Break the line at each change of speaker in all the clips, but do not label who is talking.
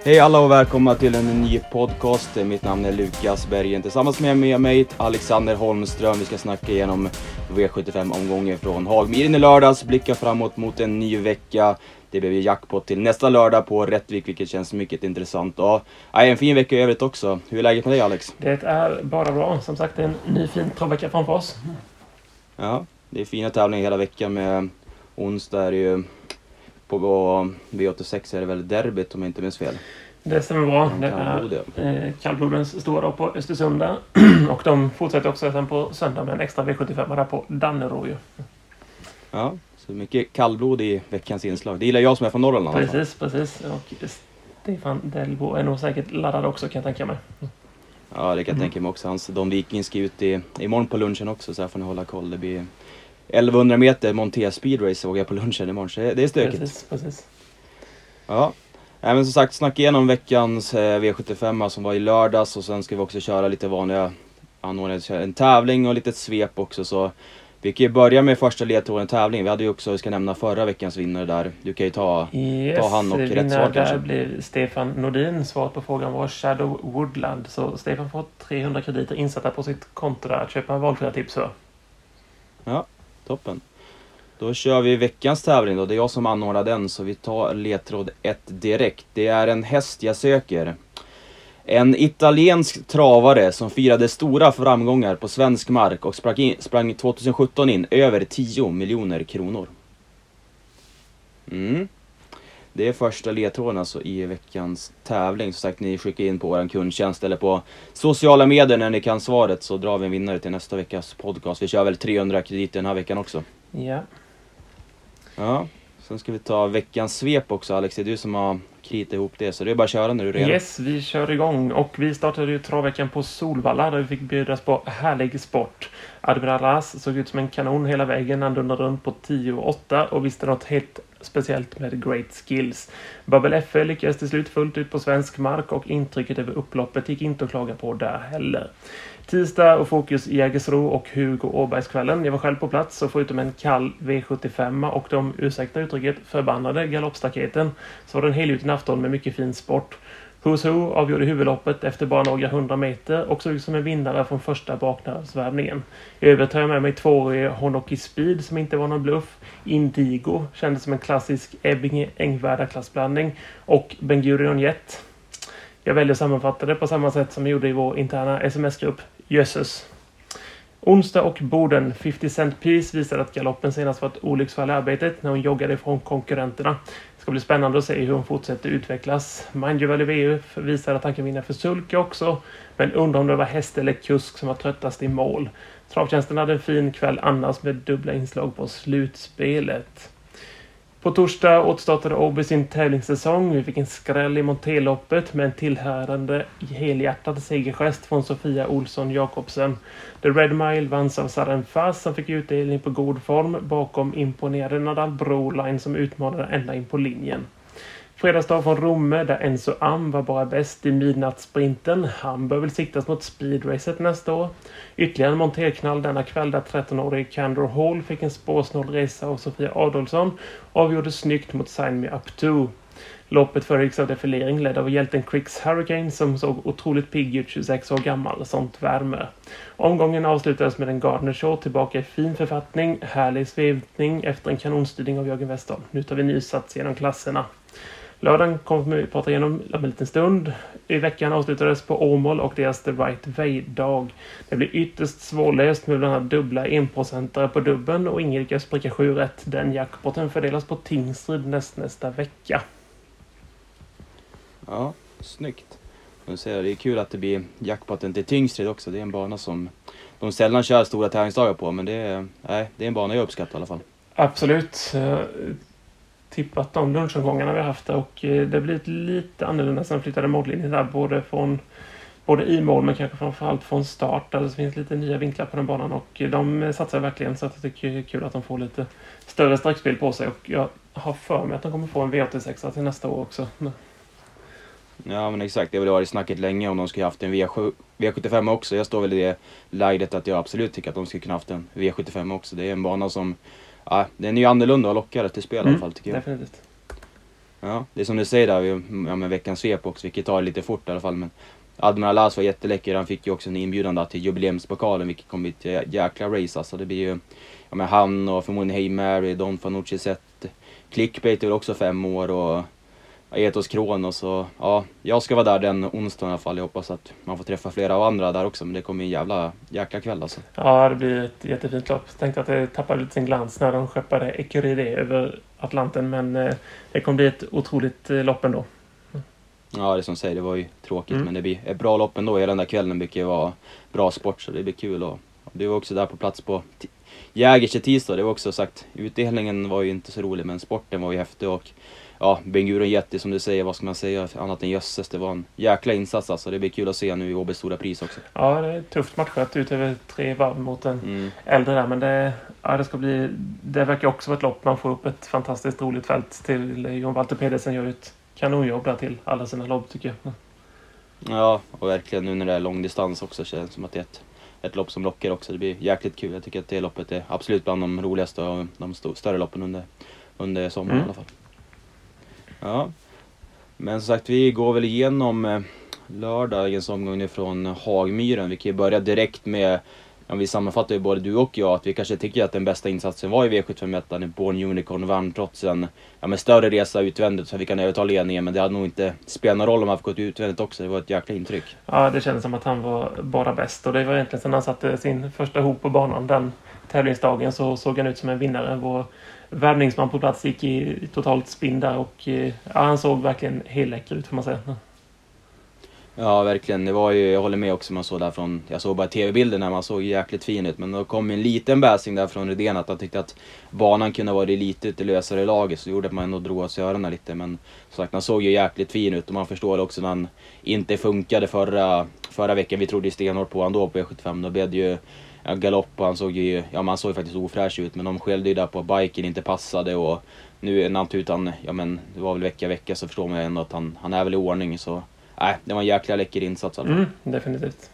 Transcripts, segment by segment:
Hej alla och välkomna till en ny podcast. Mitt namn är Lukas Bergen. Tillsammans med mig Alexander Holmström. Vi ska snacka igenom V75-omgången från Hagmyren i lördags. Blicka framåt mot en ny vecka. Det blir jackpot till nästa lördag på Rättvik, vilket känns mycket intressant. Ja, en fin vecka i övrigt också. Hur är läget med dig, Alex?
Det är bara bra. Som sagt, en ny fin travvecka framför oss.
Ja, det är fina tävlingar hela veckan. Med onsdag är det ju på V86 är det väl derbyt om jag inte minns fel.
Det stämmer bra. Det är kallblodens stora dag på Östersunda. Och de fortsätter också sen på söndag med en extra V75 där på Dannero ju.
Ja, så mycket kallblod i veckans inslag. Det gillar jag som är från Norrland.
Precis. Och Stefan Delbo är nog säkert laddad också, kan jag tänka mig.
Ja, det kan jag tänka mig också. De Viking ska ut imorgon på lunchen också, så här får ni hålla koll. Det blir 1100 meter Monté Speedway såg jag på lunchen imorgon, så det är stökigt.
Precis.
Ja, men som sagt, snacka igenom veckans V75 som var i lördags, och sen ska vi också köra lite vanliga anordningar, en tävling och lite svep också, så vi kan ju börja med första ledtråden tävling. Vi hade ju också, vi ska nämna förra veckans vinnare där. Du kan ju ta han och rätt svar kanske.
Där blir Stefan Nordin. Svaret på frågan var Shadow Woodland. Så Stefan får 300 krediter insatta på sitt konto där att köpa valfria tips för.
Ja, toppen. Då kör vi veckans tävling då. Det är jag som anordnar den, så vi tar ledtråd 1 direkt. Det är en häst jag söker. En italiensk travare som firade stora framgångar på svensk mark och sprang 2017 in över 10 miljoner kronor. Det är första ledtråden alltså i veckans tävling. Som sagt, ni skickar in på vår kundtjänst eller på sociala medier när ni kan svaret, så drar vi en vinnare till nästa veckas podcast. Vi kör väl 300 krediter den här veckan också. Ja, sen ska vi ta veckans svep också, Alex. Det är du som har kritat ihop det, så det är bara att köra när du är redo.
Yes, vi kör igång. Och vi startade ju travveckan på Solvalla där vi fick bjudas på härlig sport. Admiral As såg ut som en kanon hela vägen. Han dundrade runt på 10,8 och visste något helt speciellt med great skills. Bubble F lyckades till slut fullt ut på svensk mark och intrycket över upploppet gick inte att klaga på där heller. Tisdag och fokus i Jägersro och Hugo Åbergskvällen. Jag var själv på plats och förutom en kall V75 och de, ursäkta uttrycket, förbannade galoppstaketen, så var det en helgjuten afton med mycket fin sport. Who's Who avgjorde huvudloppet efter bara några 100 meter och såg ut som en vinnare från första baknärsvärvningen. I övrigt tar jag med mig 2-årige Honoki Speed som inte var någon bluff. Indigo kändes som en klassisk Ebbinge-Engvärda-klassblandning och Ben Gurion Jet. Jag väljer att sammanfatta det på samma sätt som jag gjorde i vår interna sms-grupp. Jösses. Onsdag och Boden. 50 Cent Piece visade att galoppen senast var ett olycksfall i arbetet när hon joggade ifrån konkurrenterna. Det ska bli spännande att se hur hon fortsätter utvecklas. Mindjuvali VUF visade att han kan vinna för sulke också. Men undrar om det var häst eller kusk som var tröttast i mål. Travtjänsten hade en fin kväll annars med dubbla inslag på slutspelet. På torsdag återstartade Åby sin tävlingssäsong. Vi fick en skräll i Monteloppet med en tillhörande helhjärtad segergest från Sofia Olsson Jakobsen. The Red Mile vanns av Saren Fass som fick utdelning på god form bakom imponerade Nadal Broline som utmanade ända in på linjen. Fredagsdag från Romme där Enzo Am var bara bäst i midnattsprinten. Han bör väl siktas mot speedracet nästa år. Ytterligare en monterknall denna kväll där 13-årig Candor Hall fick en spårsnål resa av Sofia Adolfsson och avgjorde snyggt mot Sign Me Up 2. Loppet föregicks av defilering ledd av hjälten Crix Hurricane som såg otroligt pigg ut, 26 år gammal, sånt värme. Omgången avslutades med en Gardner Show tillbaka i fin författning, härlig svepning efter en kanonstyrning av Jörgen Westholm. Nu tar vi ny sats genom klasserna. Lördagen kommer vi prata igenom om en liten stund. I veckan avslutades på Åmål och deras The Right Way-dag. Det blir ytterst svårläst med bland annat dubbla 1% på dubben och ingen lyckas pricka 7 rätt. Den jackpotten fördelas på Tingsryd nästa vecka.
Ja, snyggt. Det är kul att det blir jackpotten till Tingsryd också. Det är en bana som de sällan kör stora tävlingsdagar på, men det är en bana jag uppskattar i alla fall.
Absolut. Tippat de lunchomgångarna vi har haft och det blir lite annorlunda sen flyttade mållinjen där både i mål men kanske framförallt från start där det finns lite nya vinklar på den banan och de satsar verkligen så att jag tycker det är kul att de får lite större sträckspel på sig och jag har för mig att de kommer få en V86 till nästa år också.
Ja men exakt, det har varit snacket länge om de skulle haft en V75 också. Jag står väl i det läget att jag absolut tycker att de skulle kunna haft en V75 också. Det är en bana som, den är ju annorlunda och lockare till spel i alla fall tycker jag.
Definitivt.
Ja, det är som du säger där, med veckans svep också, vilket tar lite fort i alla fall. Men Admiral As var jätteläcker, han fick ju också en inbjudan där till jubileumspokalen, vilket kommer bli ett jäkla race. Alltså det blir ju, han och förmodligen Hey Mary, Don Fanucci sett, Clickbait är väl också 5 år och Etos Kronos. Så ja, jag ska vara där den onsdagen i alla fall. Jag hoppas att man får träffa flera av andra där också, men det kommer en jäkla kväll alltså.
Ja, det blir ett jättefint lopp. Jag tänkte att det tappade lite sin glans när de skeppade Ecuride över Atlanten, men det kommer bli ett otroligt lopp ändå.
Ja, det som säger, det var ju tråkigt, men det blir ett bra lopp ändå. Hela den där kvällen brukar ju vara bra sport, så det blir kul. Och du var också där på plats på Jägers i tisdag. Det var också sagt, utdelningen var ju inte så rolig, men sporten var ju häftig. Och ja, Ben-Gurion Yeti, som du säger, vad ska man säga annat än jösses, det var en jäkla insats alltså. Det blir kul att se nu i Åbys stora pris också.
Ja, det är tufft matchat ut över 3 varv mot en äldre där, men det ska bli, det verkar också vara ett lopp. Man får upp ett fantastiskt roligt fält till Jon Walter Pedersen, gör ett kanonjobb där till alla sina lopp tycker jag.
Ja, och verkligen nu när det är långdistans också känns det som att det är ett lopp som lockar också. Det blir jäkligt kul. Jag tycker att det loppet är absolut bland de roligaste och de större loppen under sommaren i alla fall. Ja, men som sagt, vi går väl igenom lördagens omgång från Hagmyren. Vi kan ju börja direkt med, vi sammanfattar ju både du och jag att vi kanske tycker att den bästa insatsen var i V75 Born Unicorn vann trots en större resa utvändigt, så vi kan överta ledningen, men det hade nog inte spelat någon roll om han fått gått utvändigt också. Det var ett jäkla intryck.
Ja, det kändes som att han var bara bäst, och det var egentligen sedan han satte sin första hop på banan den tävlingsdagen så såg han ut som en vinnare. Vår värvningsman på plats gick i totalt spinn där, och han såg verkligen helt läcker ut får man säga.
Ja, verkligen. Det var ju, jag håller med också, man såg där jag såg bara tv-bilden när man såg jäkligt fin ut, men då kom en liten bäsing där från Rydén att han tyckte att banan kunde vara lite lösare i laget, så gjorde att man ändå drog oss i öronen lite, men som sagt, han såg ju jäkligt fin ut, och man förstår också när han inte funkade förra veckan. Vi trodde ju stenhårt på han då på E75, då blev det ju galopp, och han såg ju faktiskt ofräsch ut, men de skällde ju där på att biken inte passade, och nu utan, det var väl vecka så förstår man ju ändå att han är väl i ordning, så nej, det var en jäkla läcker insats alltså.
Definitivt.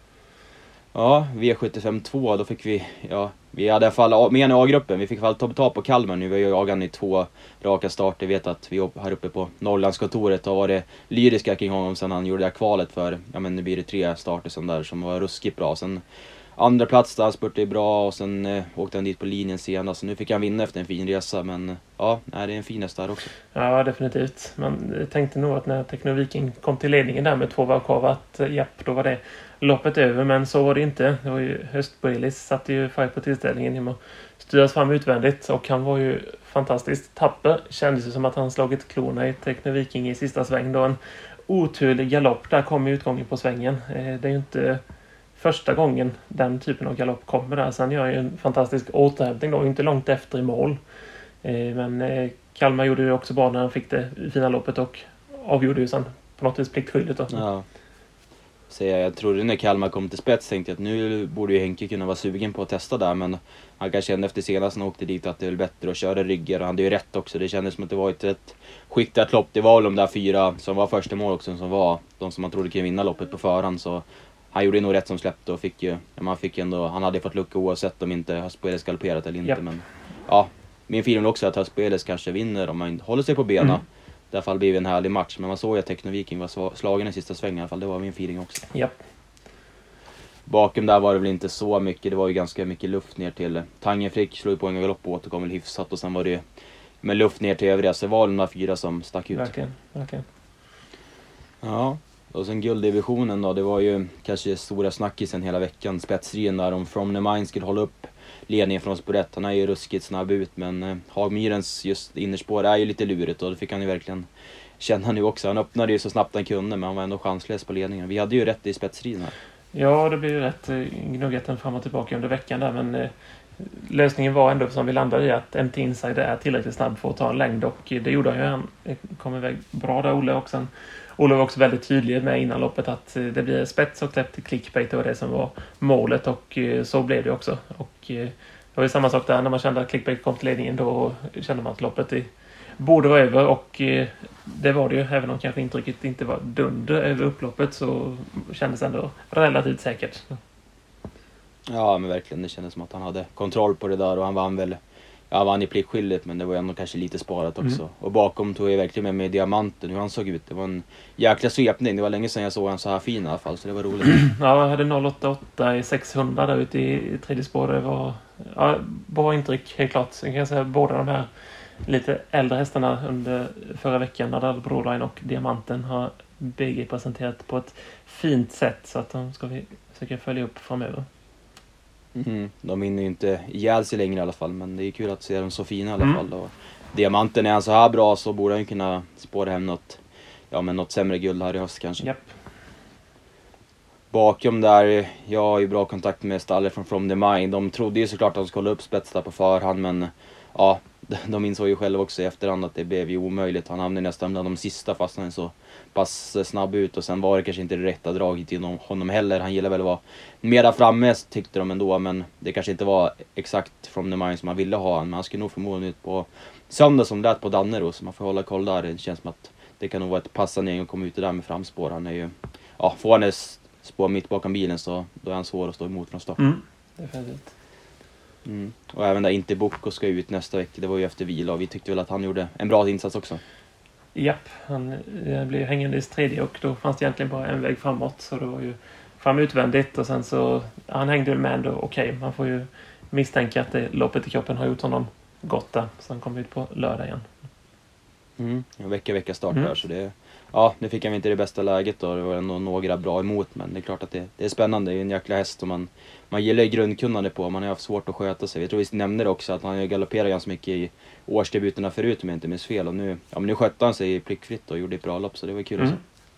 Ja, V75 2, då fick vi hade i alla fall med i A-gruppen. Vi fick i alla fall ta på Kalmar nu. Vi har ju jagat i 2 raka starter. Jag vet att vi här uppe på Norrlandskontoret har varit lyriska kring honom sen han gjorde det här kvalet för, nu blir det 3 starter som där som var ruskigt bra. Sen andra plats där, spurtade bra, och sen åkte han dit på linjen senast. Så nu fick han vinna efter en fin resa, men ja, det är en fin häst där också.
Ja, definitivt. Man tänkte nog att när Technoviking kom till ledningen där med 2 varv kvar att då var det loppet över, men så var det inte. Det var ju Höstbrelis satte ju färg på tillställningen genom att styras fram utvändigt, och han var ju fantastiskt tapper. Kändes det som att han slagit klorna i Technoviking i sista sväng då. En oturlig galopp där kom i utgången på svängen. Det är ju inte första gången den typen av galopp kommer där. Sen gör ju en fantastisk återhämtning då, inte långt efter i mål. Men Kalmar gjorde ju också bra när han fick det fina loppet, och avgjorde ju sen på något vis pliktskyldigt då.
Ja. Så jag trodde när Kalmar kom till spets tänkte jag att nu borde ju Henke kunna vara sugen på att testa där, men han kanske kände efter senast när han åkte dit att det är bättre att köra ryggar, och han hade ju rätt också. Det kändes som att det var ett rätt skiktat lopp. Det var väl de där 4 som var första mål också, som var de som man trodde kunde vinna loppet på förhand, så han gjorde nog rätt som släppte, och han hade fått lucka oavsett om inte Höstbrelis galopperat eller inte. Yep. Men ja, min feeling också att Höstbrelis kanske vinner om man håller sig på benen. I alla fall blir det en härlig match, men man såg ju att Technoviking var slagen i sista svängen i alla fall. Det var min feeling också.
Yep.
Bakom där var det väl inte så mycket. Det var ju ganska mycket luft ner till Tangenfrick, slog på en galopp och återkom väl hyfsat, och sen var det med luft ner till övriga, så var det de där 4 som stack ut.
Verkligen.
Ja, och sen gulddivisionen då, det var ju kanske stora snackisen hela veckan. Spetsrien där om From the Mind skulle hålla upp ledningen från spår 1. Han är ju ruskigt snabb ut, men Hagmyrens just innerspår är ju lite lurigt, och det fick han ju verkligen känna nu också. Han öppnade ju så snabbt han kunde, men han var ändå chanslös på ledningen. Vi hade ju rätt i spetsrien här. Ja,
det blev ju rätt gnuggat fram och tillbaka under veckan där, men lösningen var ändå som vi landade i att MT Insider är tillräckligt snabb för att ta en längd, och det gjorde han ju. Han kom iväg bra där, Olle också. Olle var också väldigt tydlig med innan loppet att det blir spets och släpp till Clickbait, det var det som var målet, och så blev det också. Och det var ju samma sak där, när man kände att Clickbait kom till ledningen, då kände man att loppet borde vara över, och det var det ju. Även om kanske intrycket inte var dunder över upploppet, så kändes det ändå relativt säkert.
Ja, men verkligen, det kändes som att han hade kontroll på det där, och han vann väl jag vann i pliktskyldigt, men det var ändå kanske lite sparat också. Och bakom tog jag verkligen med mig Diamanten, hur han såg ut. Det var en jäkla svepning. Det var länge sedan jag såg han så här fin i alla fall, så det var roligt.
Ja, jag hade 0,88 i 600 där ute i tredje spår. Det var bra intryck, helt klart. Så jag kan säga båda de här lite äldre hästarna under förra veckan, Nadal Broline och Diamanten, har BG presenterat på ett fint sätt, så att de ska vi försöka följa upp framöver.
De hinner ju inte ihjäl sig längre i alla fall, men det är kul att se dem så fina i alla fall. Och Diamanten, är han så här bra så borde han kunna spåra hem något sämre guld här i höst kanske.
Yep.
Bakom där, jag har ju bra kontakt med stallet från From the Mind. De trodde ju såklart att de skulle hålla upp spetsar på förhand, men ja, de insåg ju själva också i efterhand att det blev ju omöjligt. Han hamnade nästan bland de sista fast han är så pass snabb ut, och sen var det kanske inte det rätta draget till honom heller. Han gillar väl att vara mera framme, tyckte de ändå, men det kanske inte var exakt From the Mind som han ville ha. Men han skulle nog förmodligen ut på söndag som lät på Dannero, så man får hålla koll där. Det känns som att det kan nog vara ett passande gäng att komma ut där med framspår. Han är ju, får han ett spår mitt bakom bilen så då är han svår att stå emot från start.
Definitivt.
Och även där inte Bocco ska ut nästa vecka, det var ju efter vila, och vi tyckte väl att han gjorde en bra insats också.
Japp, han blev hängande i tredje, och då fanns det egentligen bara en väg framåt, så det var ju fram utvändigt, och sen så han hängde väl med ändå okej. Man får ju misstänka att det loppet i kroppen har gjort honom gott där, så han kom ut på lördag igen.
En vecka start där, så nu fick han inte det bästa läget då. Det var ändå några bra emot, men det är klart att det är spännande. Det är en jäkla häst som man gillar grundkunnande på. Man har haft svårt att sköta sig. Jag tror vi nämnde det också, att han galopperar ganska mycket i årsdebuterna förut, om jag inte minns fel. Och nu skötte han sig pliktfritt och gjorde ett bra lopp, så det var kul att se.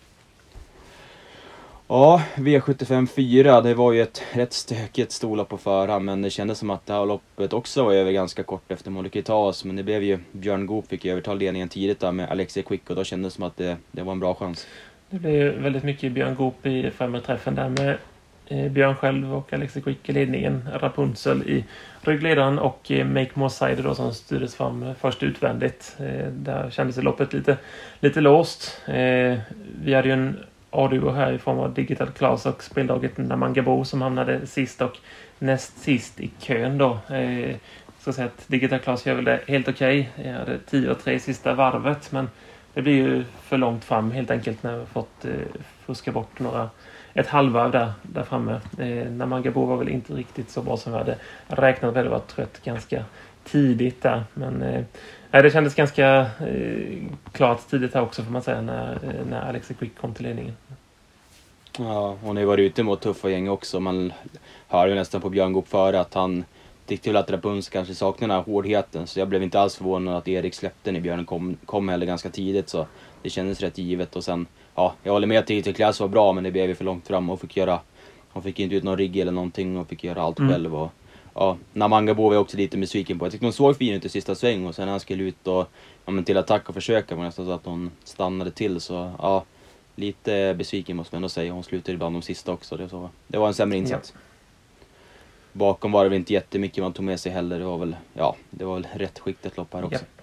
Ja, V75 4, det var ju ett rätt stökigt storlopp på förhand, men det kändes som att det här loppet också var över ganska kort efter Molokitaos, men det blev ju, Björn Goop fick överta ledningen tidigt där med Alexei Quick, och då kändes det som att det var en bra chans.
Det blev väldigt mycket Björn Goop i främre träffen där med Björn själv och Alexei Quick i ledningen, Rapunzel i ryggledaren och Make More Cider då, som styrdes fram först utvändigt. Där kändes det loppet lite låst. Vi hade ju en A-duo här i form av Digital Class och speldaget Namangabo som hamnade sist och näst sist i kön då. Så säga att Digital Class gör väl det helt okej. Jag hade 10-3 sista varvet, men det blir ju för långt fram helt enkelt när vi fått fuska bort ett halvvarv där framme. Namangabo var väl inte riktigt så bra som vi hade räknat med. Det var trött ganska tidigt där, men det kändes ganska klart tidigt här också, får man säga, när Alexei Quick kom till ledningen.
Ja, hon har ju varit ute mot tuffa gäng också. Man hör ju nästan på Björn Goop före att han tyckte väl att Rapunzel kanske saknar den här hårdheten, så jag blev inte alls förvånad att Erik släppte när Björn kom heller ganska tidigt, så det kändes rätt givet. Och sen, jag håller med att Digital Class var bra, men det blev ju för långt fram och hon fick inte ut någon rigg eller någonting och fick göra allt själv. Och Namangabo var jag också lite besviken på. Jag tyckte hon såg fin ut i sista sväng, och sen när han skulle ut och till attack och försöka var nästan så att hon stannade till, så lite besviken måste man ändå säga. Hon slutade ibland de sista också. Det var en sämre insats. Bakom var det väl inte jättemycket man tog med sig heller. Det var väl rätt skiktet lopp här också.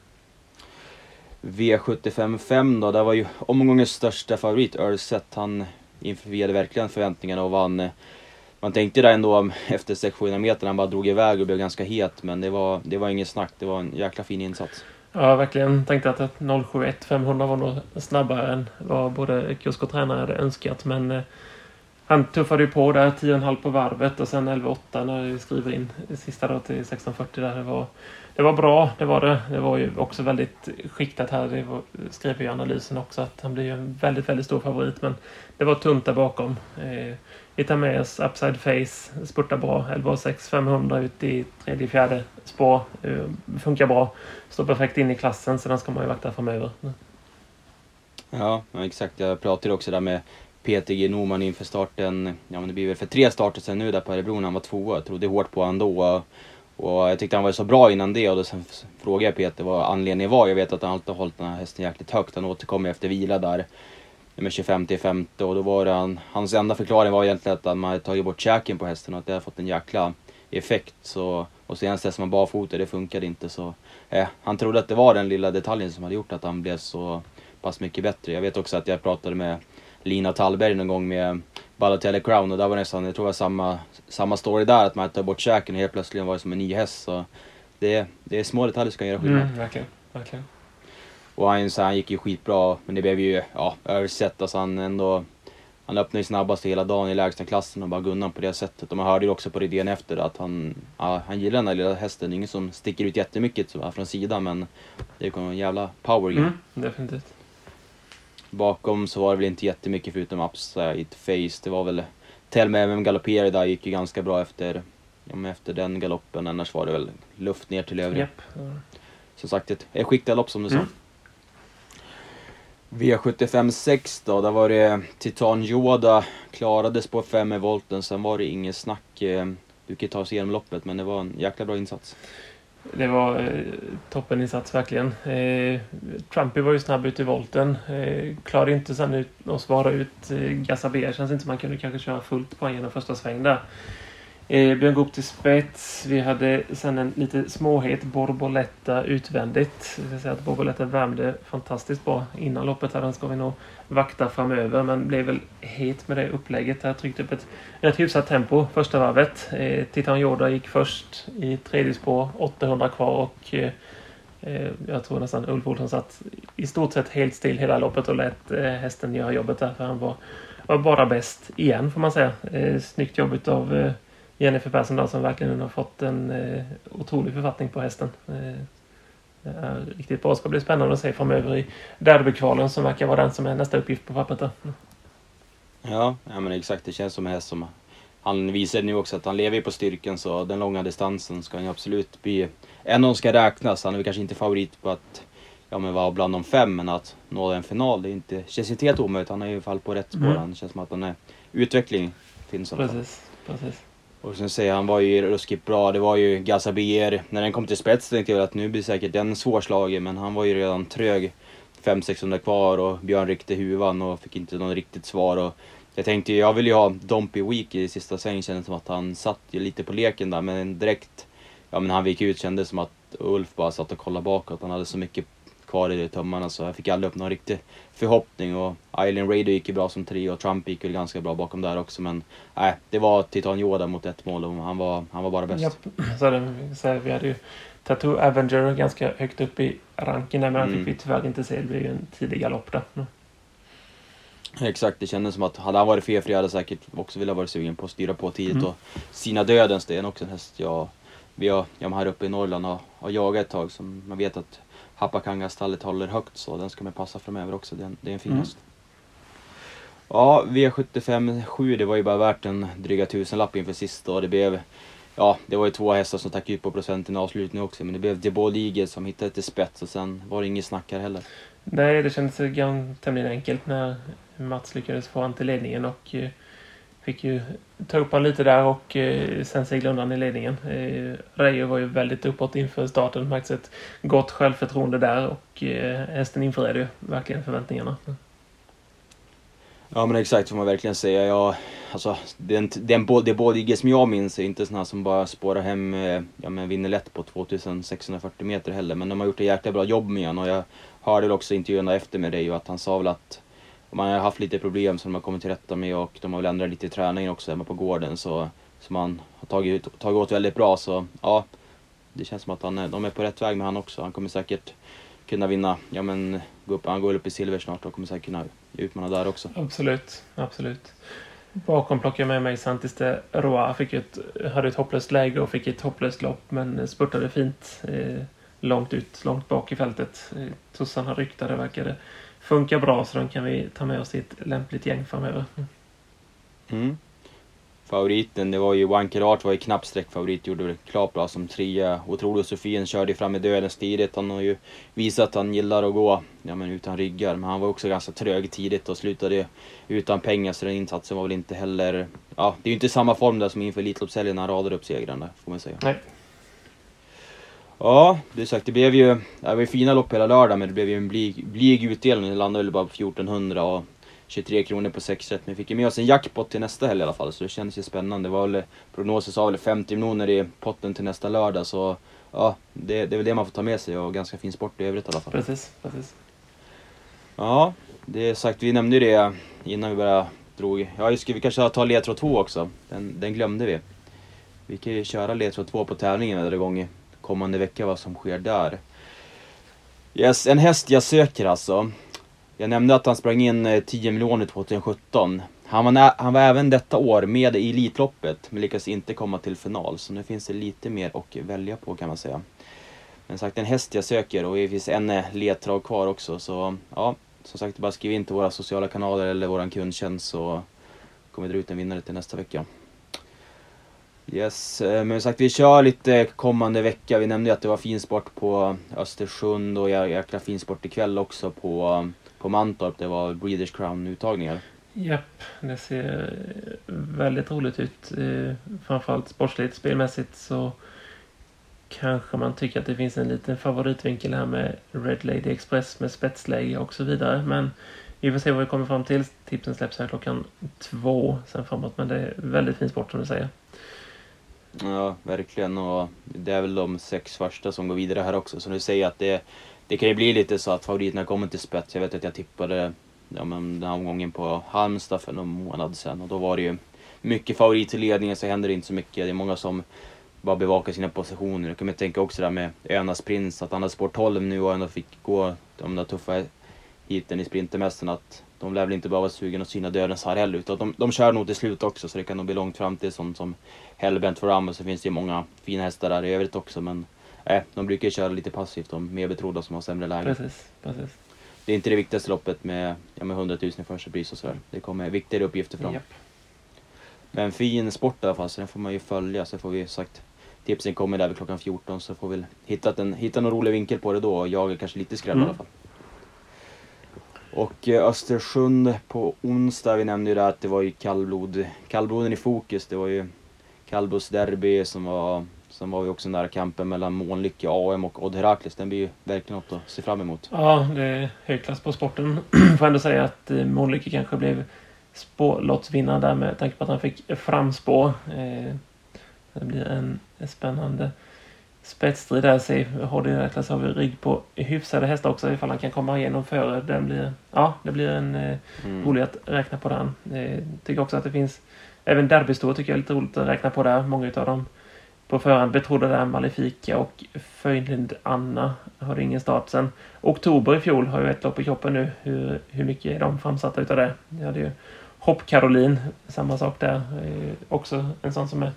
V75 5 då, där var ju omgångens största favorit Urset. Han införde verkligen förväntningarna och vann. Man tänkte där ändå efter 600-700 meter han bara drog iväg och blev ganska het, men det var ingen snack. Det var en jäkla fin insats. Ja,
verkligen. Tänkte att 071-500 var nog snabbare än vad både kusk och tränare hade önskat, men han tuffade ju på där 10,5 på varvet och sen 11,8 när vi skriver in sista då till 16,40 där. Det var bra, det var det. Det var ju också väldigt skiktat här. Skrev ju i analysen också att han blir ju en väldigt, väldigt stor favorit, men det var tunt där bakom. Itameas Upside Face spurtar bra. 11,6 500 ut i tredje, fjärde spår. Funkar bra. Står perfekt in i klassen, så den ska man ju vakta framöver.
Ja, exakt. Jag pratade också där med PTG Norman inför starten. Ja, men det blir väl för 3 starter sen nu där på Örebro när han var 2. Jag trodde hårt på han då. Och jag tyckte han var så bra innan det. Och då sen frågade jag Peter vad anledningen var. Jag vet att han alltid har hållit den här hästen jäkligt högt. Han återkom efter vila där med 25-5. Och då var hans enda förklaring var egentligen att man hade tagit bort käken på hästen. Och att det hade fått en jäkla effekt. Och senast testet man barfota, det funkade inte. Så han trodde att det var den lilla detaljen som hade gjort att han blev så pass mycket bättre. Jag vet också att jag pratade med Lina Tallberg någon gång med Balotelli Crown, och där var nästan, jag tror det var samma story där, att man tar bort käken och helt plötsligt var det som en ny häst. Så det är små detaljer som kan göra skillnad.
Verkligen.
Och han gick ju skitbra, men det blev ju översett. Alltså han öppnade ju snabbast hela dagen i lägsta klassen och bara gunnade på det sättet. Och man hörde ju också på idén efter att han gillar den här lilla hästen. Ingen som sticker ut jättemycket så från sidan, men det kom en jävla power.
Definitivt.
Bakom så var det väl inte jättemycket förutom Upside Face. Det var väl Tell Me Vem galopperade där, gick ju ganska bra efter den galoppen. Annars var det väl luft ner till övriga. Som sagt, ett skickgalopp som du sa. V75 6 då, där var det Titan Yoda, klarades på 5 volten, sen var det ingen snack. Du kan ta sig igenom loppet, men det var en jäkla bra insats.
Det var toppeninsats verkligen. Trumpy var ju snabb ut i volten. Klarade inte sen ut att svara ut Gazaber. Känns inte som man kunde kanske köra fullt poängen den första sväng där. Björn Goop till spets. Vi hade sen en lite småhet Borboletta utvändigt. Jag ska säga att Borboletta värmde fantastiskt bra innan loppet. Här den ska vi nog vakta framöver, men blev väl het med det upplägget. Här tryckte upp ett rätt hyfsat tempo första varvet. Titan Yoda gick först i tredje spår, 800 kvar, och jag tror nästan Ulf Olsson satt i stort sett helt still hela loppet och lät hästen göra jobbet där, för han var bara bäst igen, får man säga. Snyggt jobbet av Jennifer Persson då, som verkligen har fått en otrolig författning på hästen. Det är riktigt bra. Det ska bli spännande att se framöver i derbykvalen, som verkar vara den som är nästa uppgift på pappret där.
Ja, men exakt. Det känns som en häst som han visar nu också att han lever på styrkan, så den långa distansen ska han absolut bli. En av dem ska räknas. Han är kanske inte favorit på att vara bland de 5, men att nå en final, det är inte, känns inte helt omöjligt. Han är i alla fall på rätt spår. Han känns som att han är utveckling finns.
Precis.
Och sen säger han var ju ruskigt bra. Det var ju Gazaber. När den kom till spets tänkte jag att nu blir säkert den svårslagen, men han var ju redan trög. 500-600 kvar och Björn ryckte huvan och fick inte någon riktigt svar. Och jag tänkte, jag vill ju ha Dompy Week i sista sväng. Kändes som att han satt ju lite på leken där, men direkt men han gick ut, kändes som att Ulf bara satt och kollade bakåt. Han hade så mycket kvar i tömmarna, så jag fick aldrig upp någon riktig förhoppning. Och Island Radio gick ju bra som 3 och Trump gick väl ganska bra bakom där också, men det var Titan Yoda mot 1 mål och han var bara bäst.
Så vi hade ju Tattoo Avenger ganska högt upp i ranken där, men han fick vi tyvärr inte se. Det blev ju en tidig galopp där.
Exakt, det kändes som att hade han varit felfri hade säkert också velat vara sugen på att styra på tidigt och sina dödens. Det är också en häst vi har här uppe i Norrland har jagat ett tag, som man vet att Hapakangastallet håller högt, så den ska man passa framöver också. Det är en fin häst. Ja, V75 7, det var ju bara värt en dryga 1000-lapp inför sista, och det blev det var ju 2 hästar som tack ut på procenten i avslutningen också, men det blev Debo League som hittade till spets, och sen var det ingen snack här heller. Nej,
det kändes tämligen enkelt när Mats lyckades få han till ledningen och fick ju ta upp han lite där och sen segla undan i ledningen. Reijo var ju väldigt uppåt inför starten. Märkts ett gott självförtroende där, och hästen införde ju verkligen förväntningarna.
Ja, men exakt, får man verkligen säga. Det bådige som jag minns är inte såna som bara spårar hem vinner lätt på 2640 meter heller. Men de har gjort ett jäkla bra jobb med han, och jag hörde väl också intervjuerna efter med Reijo att han sa väl att man har haft lite problem som de har kommit till rätta med, och de har väl ändrat lite i träningen också hemma på gården, så man har tagit åt väldigt bra. Så det känns som att de är på rätt väg med han också. Han kommer säkert kunna vinna, han går upp i silver snart och kommer säkert kunna utmana där också.
Absolut. Bakom plockade jag med mig Santiste Roa. Hade ett hopplöst läge och fick ett hopplöst lopp, men spurtade fint långt bak i fältet. Tussan har ryckt, det verkade funkar bra, så den kan vi ta med oss i ett lämpligt gäng framöver.
Favoriten, det var ju Wanker-Art, var ju knappsträckfavorit, gjorde det klart bra som 3. Otroligt Sofien körde fram i döden tidigt. Han har ju visat att han gillar att gå utan ryggar, men han var också ganska trög tidigt och slutade utan pengar, så den insatsen var väl inte heller... det är ju inte samma form där som inför Elitloppshelgen när han radade upp segrarna, får man säga.
Nej.
Ja, det är sagt, det var ju fina lopp hela lördag, men det blev ju en blyg utdelning. Det landade väl bara på 1400 och 23 kronor på 6 rätt. Men vi fick ju med oss en jackpot till nästa helg i alla fall, så det kändes ju spännande. Det var väl, prognosen sa väl 50 miljoner i potten till nästa lördag, så det är väl det man får ta med sig, och ganska fin sport i övrigt i alla fall.
Precis.
Ja, det är sagt, vi nämnde ju det innan vi bara drog. Ja, just vi kanske ta ledtråd 2 också. Den glömde vi. Vi kan ju köra ledtråd 2 på tävlingen eller gång kommande vecka vad som sker där. Yes, en häst jag söker alltså. Jag nämnde att han sprang in 10 miljoner 2017. Han var även detta år med i Elitloppet men lyckas inte komma till final. Så nu finns det lite mer att välja på kan man säga. Men sagt, en häst jag söker och det finns en ledtråd kvar också. Så ja, som sagt bara skriv in till våra sociala kanaler eller våran kundtjänst så kommer vi dra ut en vinnare till nästa vecka. Yes, men sagt vi kör lite kommande vecka. Vi nämnde att det var fin sport på Östersund och jäkla fin sport ikväll också på Mantorp. Det var Breeders Crown-uttagningar.
Japp, det ser väldigt roligt ut. Framförallt sportsligt, spelmässigt så kanske man tycker att det finns en liten favoritvinkel här med Red Lady Express med spetsläge och så vidare. Men vi får se vad vi kommer fram till. Tipsen släpps här 2:00 sen framåt. Men det är väldigt fin sport som du säger.
Ja, verkligen. Och det är väl de 6 första som går vidare här också. Så du säger att det kan ju bli lite så att favoriterna kommer till spets. Jag vet att jag tippade den här omgången på Halmstad för någon månad sedan. Och då var det ju mycket favorit i ledningen så händer det inte så mycket. Det är många som bara bevakar sina positioner. Jag kan man tänka också där med Önas Prins att han har sport 12 nu och ändå fick gå de där tuffa hiten i Sprintermästaren att de lär väl inte bara vara sugen att syna dödens här heller utan de kör nog till slut också så det kan nog bli långt fram till sånt som Hellbent Forum och så finns det ju många fina hästar där i övrigt också men de brukar ju köra lite passivt de mer betrodda som har sämre läge.
Precis.
Det är inte det viktigaste loppet med 100 000 i första pris och sådär. Det kommer viktigare uppgifter fram.
Japp.
Men fin sport i alla fall så den får man ju följa så får vi sagt tipsen kommer där vid klockan 14 så får vi hitta någon rolig vinkel på det då och jag är kanske lite skräll i alla fall. Och Östersund på onsdag, vi nämnde ju där att det var ju kallbloden i fokus. Det var ju kallblodsderby som var ju också den där kampen mellan Månlycke, AM och Odd Herakles. Den blir ju verkligen något att se fram emot.
Ja, det är högklass på sporten. Får ändå säga att Månlycke kanske blev spårlottsvinnare där med tanke på att han fick framspår. Det blir en spännande spetsstrid där. HD Herakles har vi rygg på hyfsade hästar också ifall han kan komma igenom före. Det blir en rolig att räkna på den. Tycker också att det finns även derbystor tycker jag är lite roligt att räkna på där. Många utav dem på förhand betrodda där Malefika och Föjnlind Anna har det ingen start sen. Oktober i fjol har ju ett lopp i kroppen nu. Hur mycket är de framsatta utav det? Ja, det är ju Hopp Caroline, samma sak där. Också en sån som är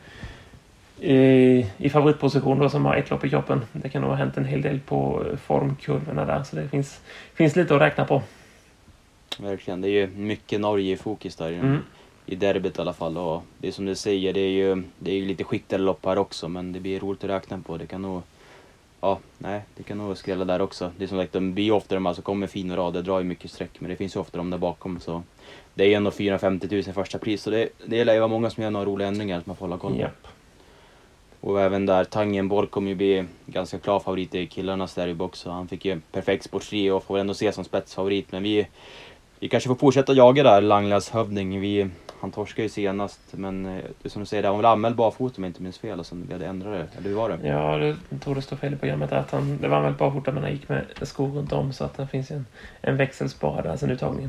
i favoritposition då, som har ett lopp i kroppen. Det kan nog ha hänt en hel del på formkurvorna där så det finns lite att räkna på.
Verkligen, det är ju mycket Norge i fokus där i derbyt i alla fall och det är som du säger, det är ju lite skiktade lopp här också men det blir roligt att räkna på. Det kan nog skrälla där också. Det är som sagt, de blir ofta de här som kommer fin rad, det drar ju mycket streck men det finns ju ofta de där bakom så det är ju ändå 450 000 första pris så det lär ju vara många som gör några roliga ändringar som man får hålla koll på.
Yep.
Och även där Tangenborg kommer ju bli ganska klar favorit i killarnas derby också. Han fick ju perfekt sportsri och får ändå se som spetsfavorit. Men vi kanske får fortsätta jaga där, Langlas Hövding. Han torskade ju senast, men det som du säger, han var väl anmäld barfota om jag inte minns fel och sen blev det ändrat det. Eller hur var det?
Ja, det tror det står fel i programmet att det var anmäld barfota men han gick med skor runt om så att det finns en växelspara där sen uttagningen.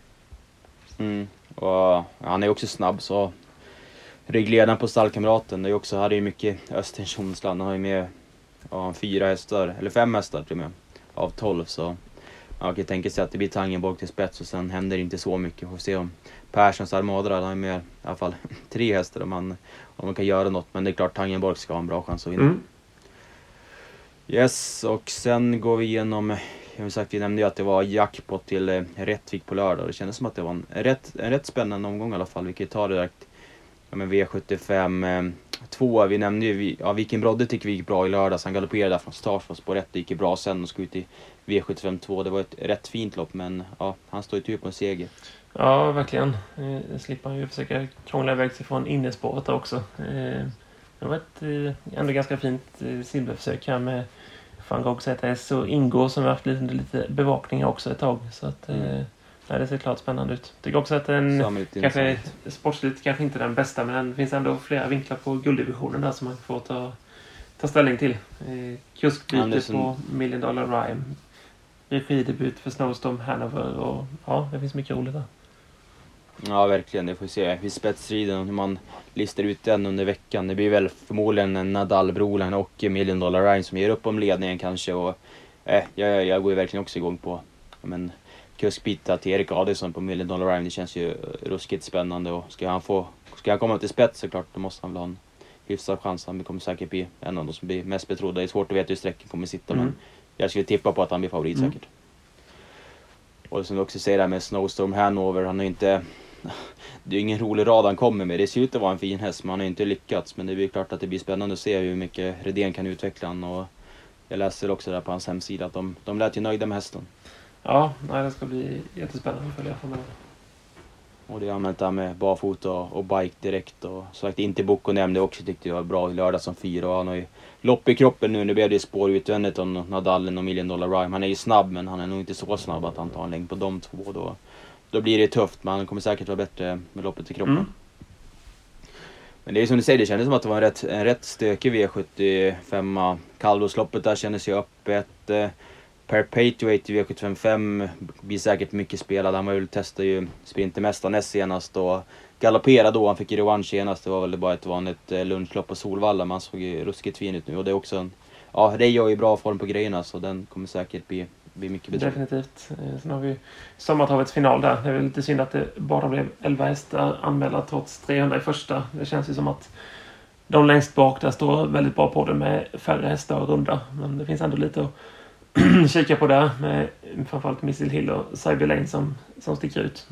Och han är också snabb så ryggledaren på stallkamraten, det är också, hade ju mycket Östersundsland, han har ju med 4 hästar, eller 5 hästar till och med, av 12 så man kan tänka sig att det blir Tangenborg till spets och sen händer det inte så mycket. Får se om Perssons Armada, han har ju med i alla fall 3 hästar om man kan göra något, men det är klart Tangenborg ska ha en bra chans att vinna. Yes, och sen går vi igenom, vi nämnde ju att det var jackpot till Rättvik på lördag. Det kändes som att det var en rätt spännande omgång i alla fall. Vi kan ta det direkt. Men V75 2, vi nämnde ju Viken Brodde tycker vi gick bra i lördags. Han galopperade där från start fast på rätt, det gick bra sen och ska ut i V75 2. Det var ett rätt fint lopp men han står ju tur på en seger.
Ja, verkligen. Slipper han ju försöka krångla iväg sig från innespåret också. Det var ett ändå ganska fint silverförsök här med Van Gogh ZS och Ingo som har haft lite bevakning också ett tag. Så att det ser klart spännande ut. Tycker också att den kanske sportsligt kanske inte den bästa men det finns ändå flera vinklar på gulddivisionen där som man får ta ställning till. Kuskbyte på $1 Million Rhyme. Regidebut för Snowstorm Hanover och det finns mycket roligt där.
Ja, verkligen. Det får vi se hur spetsstriden, hur man listar ut den under veckan. Det blir väl förmodligen en Nadal-Broline och Million Dollar Rhyme som ger upp om ledningen kanske. Och jag går ju verkligen också igång på kuskbyta till Erik Adelsson på Million Dollar Rhyme. Det känns ju ruskigt spännande. Och ska han komma till spets så klart, då måste han väl ha en hyfsad chans. Han kommer säkert bli en av de som blir mest betrodda. Det är svårt att veta hur sträcken kommer sitta, men jag skulle tippa på att han blir favorit säkert. Och som du också säger där med Snowstorm Hanover, han har inte... Det är ingen rolig rad han kommer med. Det ser ut att vara en fin häst, men han har inte lyckats. Men det blir klart att det blir spännande att se hur mycket Redén kan utveckla han. Och jag läser också där på hans hemsida att de lät ju nöjda med hästen.
Ja, det ska bli jättespännande att följa framöver.
Och det har använt där med barfota och bike direkt. Och sagt inte Boko nämnde också, tyckte jag var bra i lördag som 4. Och han har ju lopp i kroppen nu. Nu blev det spår utvändigt om Nadal och Million Dollar Rhyme. Han är ju snabb, men han är nog inte så snabb att han tar en längd på de två. Då blir det tufft, men han kommer säkert vara bättre med loppet i kroppen. Men det är som du säger, det kändes som att det var en rätt stökig V75. Kallblåsloppet där kändes ju öppet. Perpetuate i V75 blir säkert mycket spelad. Han var ju testade ju Sprintermästaren näst senast och galopperade då. Han fick ju revansch senast. Det var väl bara ett vanligt lunchlopp på Solvalla. Man såg ju ruskigt fin ut nu. Och det är också en... Ja, Reijo är i bra form på grejerna, så den kommer säkert bli mycket bättre.
Definitivt. Sen har vi sommartravets final där. Det är väl lite synd att det bara blev 11 hästar anmälda trots 300 i första. Det känns ju som att de längst bak där står väldigt bra på det med färre hästar och runda. Men det finns ändå lite att kika på där med framförallt Missile Hill och Cyber Lane som sticker ut.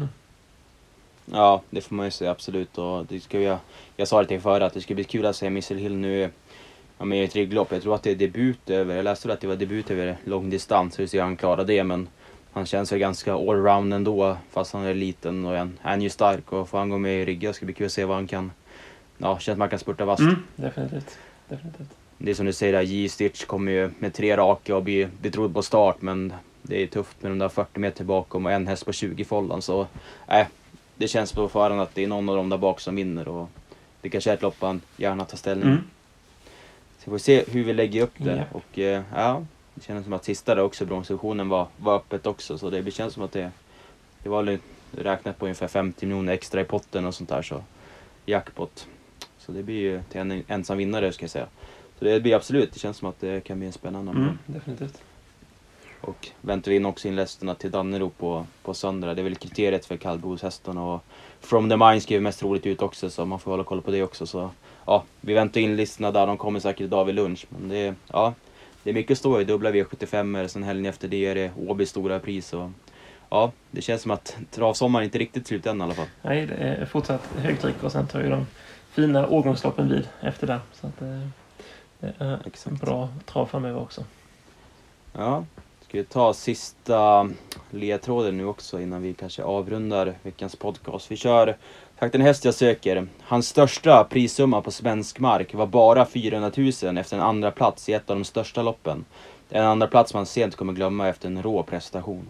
Ja, det får man ju säga absolut. Och det ska jag sa det till förra att det skulle bli kul att se Missile Hill nu med i ett rigglopp. Jag tror att det är debut över, jag läste att det var debut över långdistans, hur ser han klara det, men han känns ju ganska allround ändå, fast han är liten och han är ju stark, och får han gå med i rigga ska bli kul att se vad han kan. Ja, känns att man kan spurta vast.
Definitivt.
Det är som du säger där, J-Stitch kommer ju med 3 raka och blir betrodd på start, men det är tufft med de där 40 meter bakom och en häst på 20 follan, så det känns på förhand att det är någon av dem där bak som vinner, och det kanske är ett lopp han gärna tar ställning. Så vi får se hur vi lägger upp det. Och det känns som att sista där också, bronsdivisionen var öppet också, så det känns som att det var räknat på ungefär 50 miljoner extra i potten och sånt där, så jackpot. Så det blir ju till en ensam vinnare, ska jag säga. Så det blir absolut, det känns som att det kan bli en spännande.
Definitivt.
Och väntar vi in också in lästerna till Dannero på söndag. Det är väl kriteriet för kallblodshästarna, och From the Mind skriver mest roligt ut också, så man får hålla koll på det också. Så ja, vi väntar in listorna där, de kommer säkert idag vid lunch. Men det är mycket stå i dubbla V75, sen helgen efter det är det Åby stora pris. Och ja, det känns som att travsommaren inte riktigt slut än i alla fall.
Nej, det är fortsatt högtryck, och sen tar ju de fina årgångsloppen vid efter det. Så att det är en bra trav framöver också.
Ja, ska vi ta sista ledtråden nu också innan vi kanske avrundar veckans podcast. Vi kör Takt en häst jag söker. Hans största prissumma på svensk mark var bara 400 000 efter en andra plats i ett av de största loppen. En andra plats man sent kommer glömma efter en rå prestation.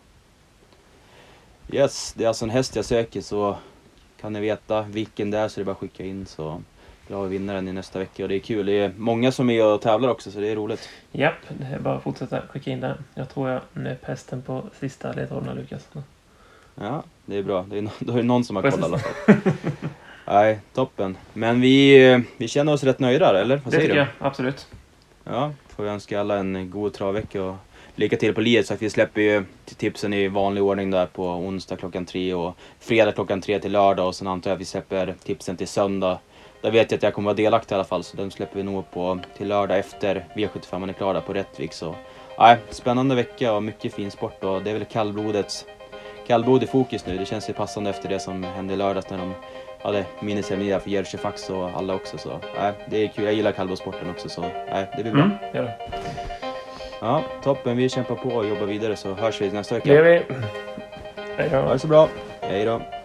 Yes, det är alltså en häst jag söker, så kan ni veta vilken det är, så det är bara att skicka in, så bra vi vinnaren i nästa vecka. Och det är kul, det är många som är och tävlar också, så det är roligt.
Japp, det är bara att fortsätta skicka in det. Jag tror jag nöp hästen på sista ledtrådarna, Lukas.
Ja, det är bra. Då är det någon som har kollat i alla fall. Nej, toppen. Men vi känner oss rätt nöjda, eller? Vad säger du?
Jag, absolut.
Ja, får vi önska alla en god travvecka och lycka till på livet. Så att vi släpper ju tipsen i vanlig ordning där på onsdag klockan 3 och fredag klockan 3 till lördag. Och sen antar jag att vi släpper tipsen till söndag. Där vet jag att jag kommer vara delaktig i alla fall, så den släpper vi nog på till lördag efter V75 är klar där på Rättvik. Så spännande vecka och mycket fin sport, och det är väl kallblod i fokus nu. Det känns ju passande efter det som hände i lördags när de hade minnesceremoni för Jerzy Fax och alla också. Så det är kul, jag gillar kallblodsporten också, så det blir bra.
Gör det.
Ja, toppen, vi kämpar på och jobbar vidare, så hörs vi nästa vecka.
Det gör vi. Hej då.
Ha det så bra, hej då.